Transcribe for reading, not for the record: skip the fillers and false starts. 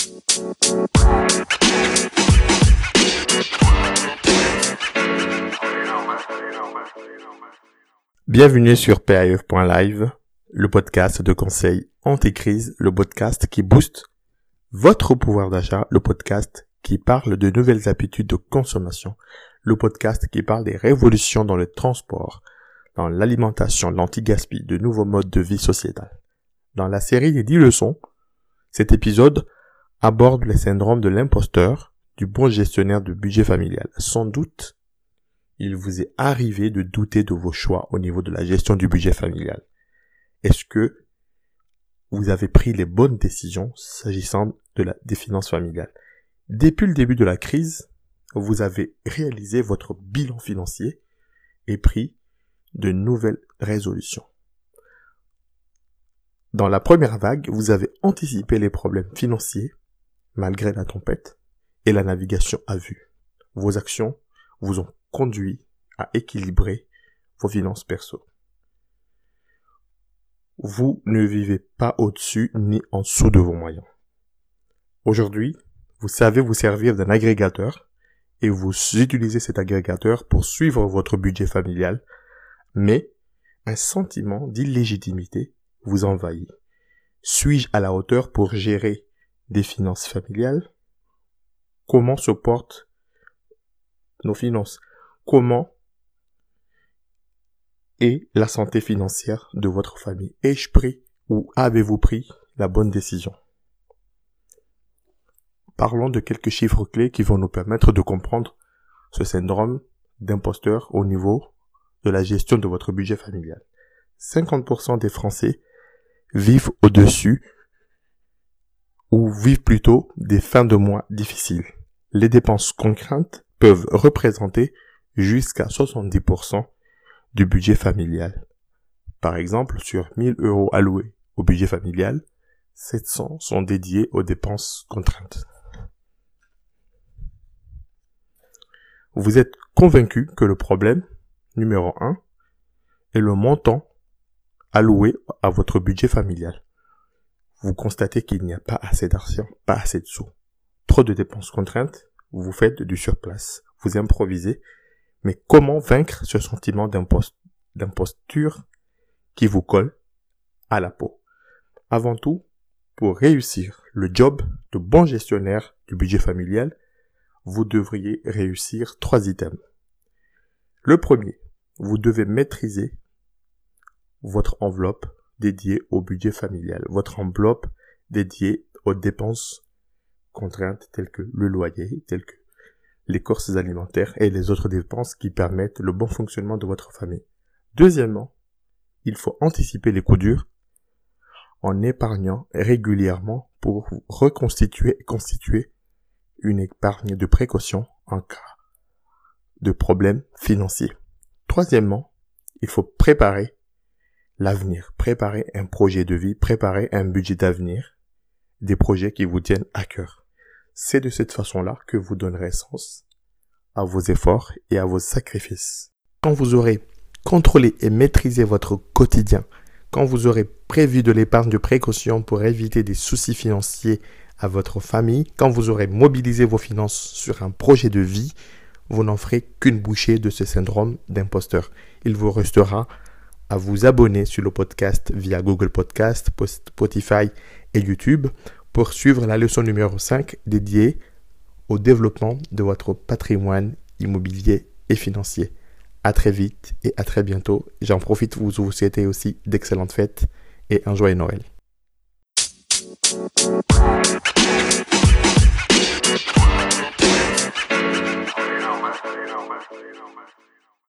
Bienvenue sur PAF.live, le podcast de conseil anti-crise, le podcast qui booste votre pouvoir d'achat, le podcast qui parle de nouvelles habitudes de consommation, le podcast qui parle des révolutions dans le transport, dans l'alimentation, l'anti-gaspi, de nouveaux modes de vie sociétal. Dans la série des 10 leçons, cet épisode aborde les syndromes de l'imposteur, du bon gestionnaire de budget familial. Sans doute, il vous est arrivé de douter de vos choix au niveau de la gestion du budget familial. Est-ce que vous avez pris les bonnes décisions s'agissant des finances familiales? Depuis le début de la crise, vous avez réalisé votre bilan financier et pris de nouvelles résolutions. Dans la première vague, vous avez anticipé les problèmes financiers malgré la tempête et la navigation à vue. Vos actions vous ont conduit à équilibrer vos finances perso. Vous ne vivez pas au-dessus ni en dessous de vos moyens. Aujourd'hui, vous savez vous servir d'un agrégateur et vous utilisez cet agrégateur pour suivre votre budget familial, mais un sentiment d'illégitimité vous envahit. Suis-je à la hauteur pour gérer des finances familiales? Comment se portent nos finances? Comment est la santé financière de votre famille? Ai-je pris ou avez-vous pris la bonne décision? Parlons de quelques chiffres clés qui vont nous permettre de comprendre ce syndrome d'imposteur au niveau de la gestion de votre budget familial. 50% des Français vivent au-dessus ou vivent plutôt des fins de mois difficiles. Les dépenses contraintes peuvent représenter jusqu'à 70% du budget familial. Par exemple, sur 1000 € alloués au budget familial, 700 sont dédiés aux dépenses contraintes. Vous êtes convaincu que le problème numéro 1 est le montant alloué à votre budget familial. Vous constatez qu'il n'y a pas assez d'argent, pas assez de sous. Trop de dépenses contraintes, vous faites du surplace, vous improvisez. Mais comment vaincre ce sentiment d'imposture qui vous colle à la peau? Avant tout, pour réussir le job de bon gestionnaire du budget familial, vous devriez réussir 3 items. Le premier, vous devez maîtriser votre enveloppe dédiée au budget familial, votre enveloppe dédiée aux dépenses contraintes telles que le loyer, telles que les courses alimentaires et les autres dépenses qui permettent le bon fonctionnement de votre famille. Deuxièmement, il faut anticiper les coups durs en épargnant régulièrement pour reconstituer et constituer une épargne de précaution en cas de problème financier. Troisièmement, il faut préparer l'avenir, préparer un projet de vie, préparer un budget d'avenir, des projets qui vous tiennent à cœur. C'est de cette façon-là que vous donnerez sens à vos efforts et à vos sacrifices. Quand vous aurez contrôlé et maîtrisé votre quotidien, quand vous aurez prévu de l'épargne de précaution pour éviter des soucis financiers à votre famille, quand vous aurez mobilisé vos finances sur un projet de vie, vous n'en ferez qu'une bouchée de ce syndrome d'imposteur. Il vous restera à vous abonner sur le podcast via Google Podcast, Spotify et YouTube pour suivre la leçon numéro 5 dédiée au développement de votre patrimoine immobilier et financier. À très vite et à très bientôt. J'en profite pour vous souhaiter aussi d'excellentes fêtes et un joyeux Noël.